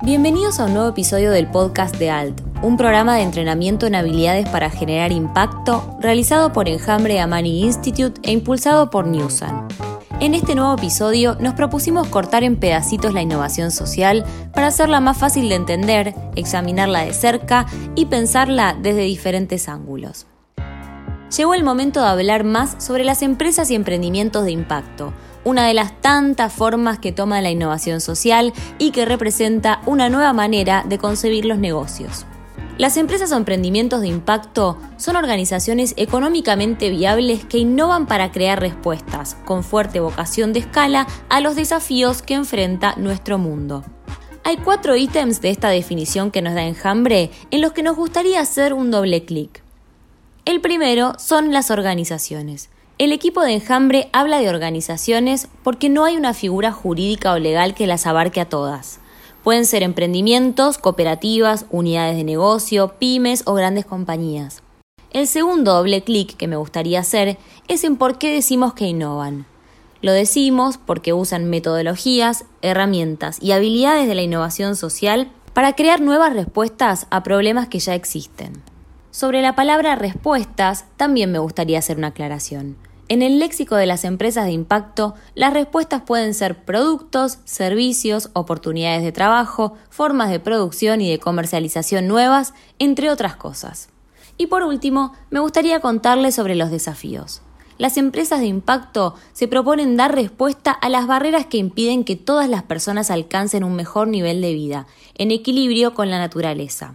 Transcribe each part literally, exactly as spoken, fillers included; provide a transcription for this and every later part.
Bienvenidos a un nuevo episodio del podcast de A L T, un programa de entrenamiento en habilidades para generar impacto realizado por Enjambre Amani Institute e impulsado por Newsan. En este nuevo episodio nos propusimos cortar en pedacitos la innovación social para hacerla más fácil de entender, examinarla de cerca y pensarla desde diferentes ángulos. Llegó el momento de hablar más sobre las empresas y emprendimientos de impacto, una de las tantas formas que toma la innovación social y que representa una nueva manera de concebir los negocios. Las empresas o emprendimientos de impacto son organizaciones económicamente viables que innovan para crear respuestas, con fuerte vocación de escala, a los desafíos que enfrenta nuestro mundo. Hay cuatro ítems de esta definición que nos da Enjambre en los que nos gustaría hacer un doble clic. El primero son las organizaciones. El equipo de Enjambre habla de organizaciones porque no hay una figura jurídica o legal que las abarque a todas. Pueden ser emprendimientos, cooperativas, unidades de negocio, pymes o grandes compañías. El segundo doble clic que me gustaría hacer es en por qué decimos que innovan. Lo decimos porque usan metodologías, herramientas y habilidades de la innovación social para crear nuevas respuestas a problemas que ya existen. Sobre la palabra respuestas, también me gustaría hacer una aclaración. En el léxico de las empresas de impacto, las respuestas pueden ser productos, servicios, oportunidades de trabajo, formas de producción y de comercialización nuevas, entre otras cosas. Y por último, me gustaría contarles sobre los desafíos. Las empresas de impacto se proponen dar respuesta a las barreras que impiden que todas las personas alcancen un mejor nivel de vida, en equilibrio con la naturaleza.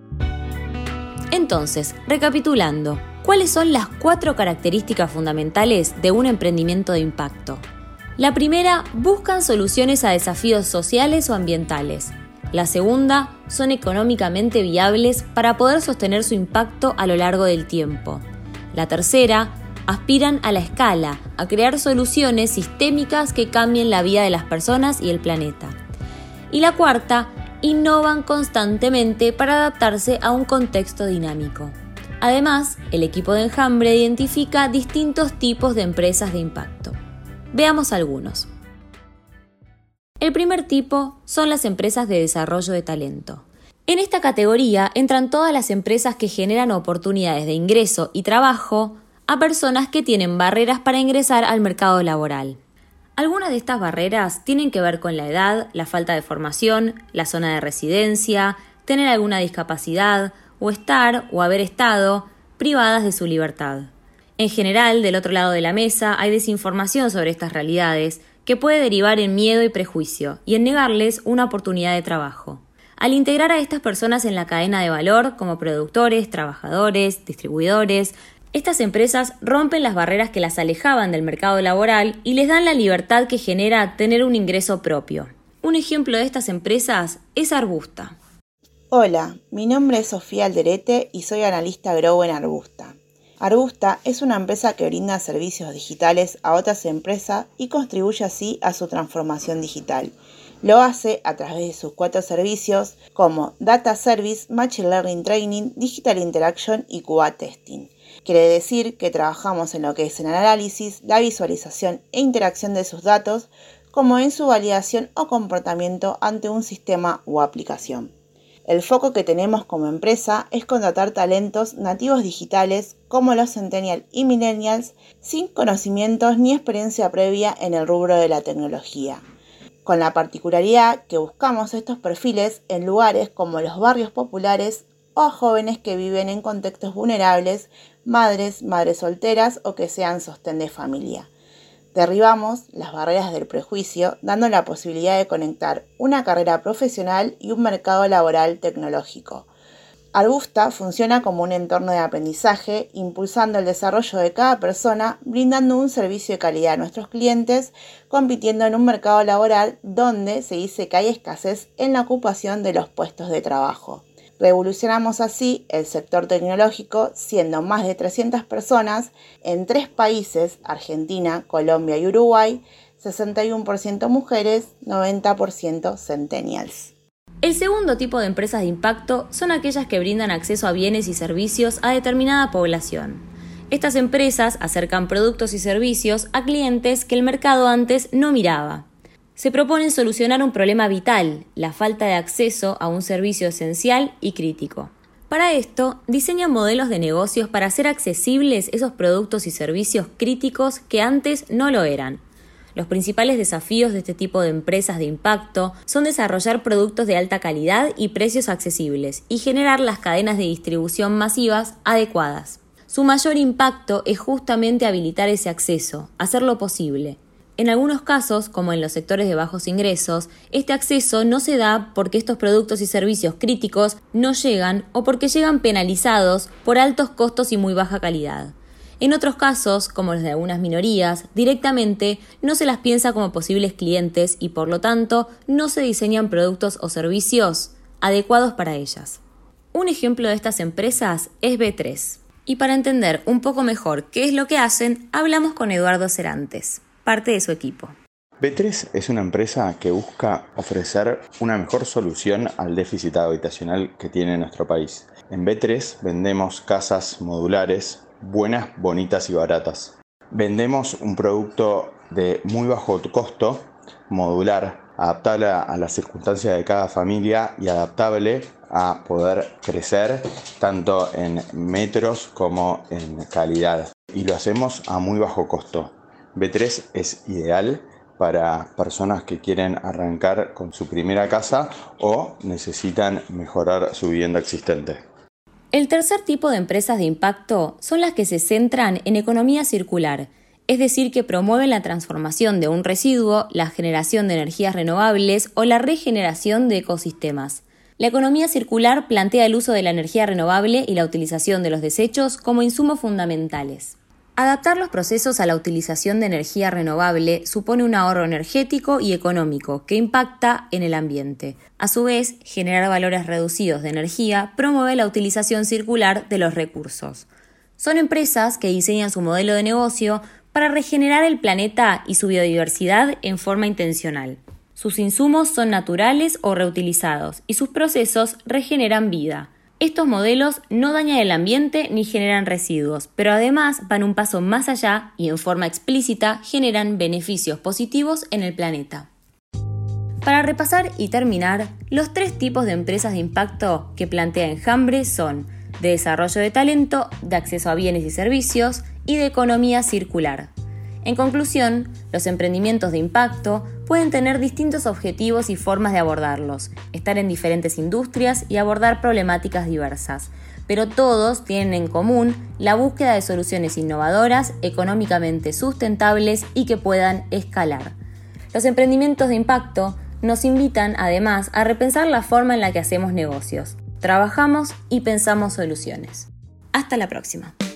Entonces, recapitulando, ¿cuáles son las cuatro características fundamentales de un emprendimiento de impacto? La primera, buscan soluciones a desafíos sociales o ambientales. La segunda, son económicamente viables para poder sostener su impacto a lo largo del tiempo. La tercera, aspiran a la escala, a crear soluciones sistémicas que cambien la vida de las personas y el planeta. Y la cuarta, innovan constantemente para adaptarse a un contexto dinámico. Además, el equipo de Enjambre identifica distintos tipos de empresas de impacto. Veamos algunos. El primer tipo son las empresas de desarrollo de talento. En esta categoría entran todas las empresas que generan oportunidades de ingreso y trabajo a personas que tienen barreras para ingresar al mercado laboral. Algunas de estas barreras tienen que ver con la edad, la falta de formación, la zona de residencia, tener alguna discapacidad o estar o haber estado privadas de su libertad. En general, del otro lado de la mesa hay desinformación sobre estas realidades que puede derivar en miedo y prejuicio y en negarles una oportunidad de trabajo. Al integrar a estas personas en la cadena de valor como productores, trabajadores, distribuidores, estas empresas rompen las barreras que las alejaban del mercado laboral y les dan la libertad que genera tener un ingreso propio. Un ejemplo de estas empresas es Arbusta. Hola, mi nombre es Sofía Alderete y soy analista Grow en Arbusta. Arbusta es una empresa que brinda servicios digitales a otras empresas y contribuye así a su transformación digital. Lo hace a través de sus cuatro servicios como Data Service, Machine Learning Training, Digital Interaction y Q A Testing. Quiere decir que trabajamos en lo que es el análisis, la visualización e interacción de sus datos, como en su validación o comportamiento ante un sistema o aplicación. El foco que tenemos como empresa es contratar talentos nativos digitales como los Centennials y Millennials sin conocimientos ni experiencia previa en el rubro de la tecnología, con la particularidad que buscamos estos perfiles en lugares como los barrios populares o a jóvenes que viven en contextos vulnerables, madres, madres solteras o que sean sostén de familia. Derribamos las barreras del prejuicio, dando la posibilidad de conectar una carrera profesional y un mercado laboral tecnológico. Arbusta funciona como un entorno de aprendizaje, impulsando el desarrollo de cada persona, brindando un servicio de calidad a nuestros clientes, compitiendo en un mercado laboral donde se dice que hay escasez en la ocupación de los puestos de trabajo. Revolucionamos así el sector tecnológico, siendo más de trescientas personas en tres países, Argentina, Colombia y Uruguay, sesenta y uno por ciento mujeres, noventa por ciento centennials. El segundo tipo de empresas de impacto son aquellas que brindan acceso a bienes y servicios a determinada población. Estas empresas acercan productos y servicios a clientes que el mercado antes no miraba. Se proponen solucionar un problema vital, la falta de acceso a un servicio esencial y crítico. Para esto, diseñan modelos de negocios para hacer accesibles esos productos y servicios críticos que antes no lo eran. Los principales desafíos de este tipo de empresas de impacto son desarrollar productos de alta calidad y precios accesibles y generar las cadenas de distribución masivas adecuadas. Su mayor impacto es justamente habilitar ese acceso, hacerlo posible. En algunos casos, como en los sectores de bajos ingresos, este acceso no se da porque estos productos y servicios críticos no llegan o porque llegan penalizados por altos costos y muy baja calidad. En otros casos, como los de algunas minorías, directamente no se las piensa como posibles clientes y por lo tanto no se diseñan productos o servicios adecuados para ellas. Un ejemplo de estas empresas es B tres. Y para entender un poco mejor qué es lo que hacen, hablamos con Eduardo Serantes, parte de su equipo. B tres es una empresa que busca ofrecer una mejor solución al déficit habitacional que tiene nuestro país. En B tres vendemos casas modulares, buenas, bonitas y baratas. Vendemos un producto de muy bajo costo, modular, adaptable a las circunstancias de cada familia y adaptable a poder crecer tanto en metros como en calidad. Y lo hacemos a muy bajo costo. B tres es ideal para personas que quieren arrancar con su primera casa o necesitan mejorar su vivienda existente. El tercer tipo de empresas de impacto son las que se centran en economía circular, es decir, que promueven la transformación de un residuo, la generación de energías renovables o la regeneración de ecosistemas. La economía circular plantea el uso de la energía renovable y la utilización de los desechos como insumos fundamentales. Adaptar los procesos a la utilización de energía renovable supone un ahorro energético y económico que impacta en el ambiente. A su vez, generar valores reducidos de energía promueve la utilización circular de los recursos. Son empresas que diseñan su modelo de negocio para regenerar el planeta y su biodiversidad en forma intencional. Sus insumos son naturales o reutilizados y sus procesos regeneran vida. Estos modelos no dañan el ambiente ni generan residuos, pero además van un paso más allá y en forma explícita generan beneficios positivos en el planeta. Para repasar y terminar, los tres tipos de empresas de impacto que plantea Enjambre son de desarrollo de talento, de acceso a bienes y servicios y de economía circular. En conclusión, los emprendimientos de impacto pueden tener distintos objetivos y formas de abordarlos, estar en diferentes industrias y abordar problemáticas diversas, pero todos tienen en común la búsqueda de soluciones innovadoras, económicamente sustentables y que puedan escalar. Los emprendimientos de impacto nos invitan además a repensar la forma en la que hacemos negocios, trabajamos y pensamos soluciones. Hasta la próxima.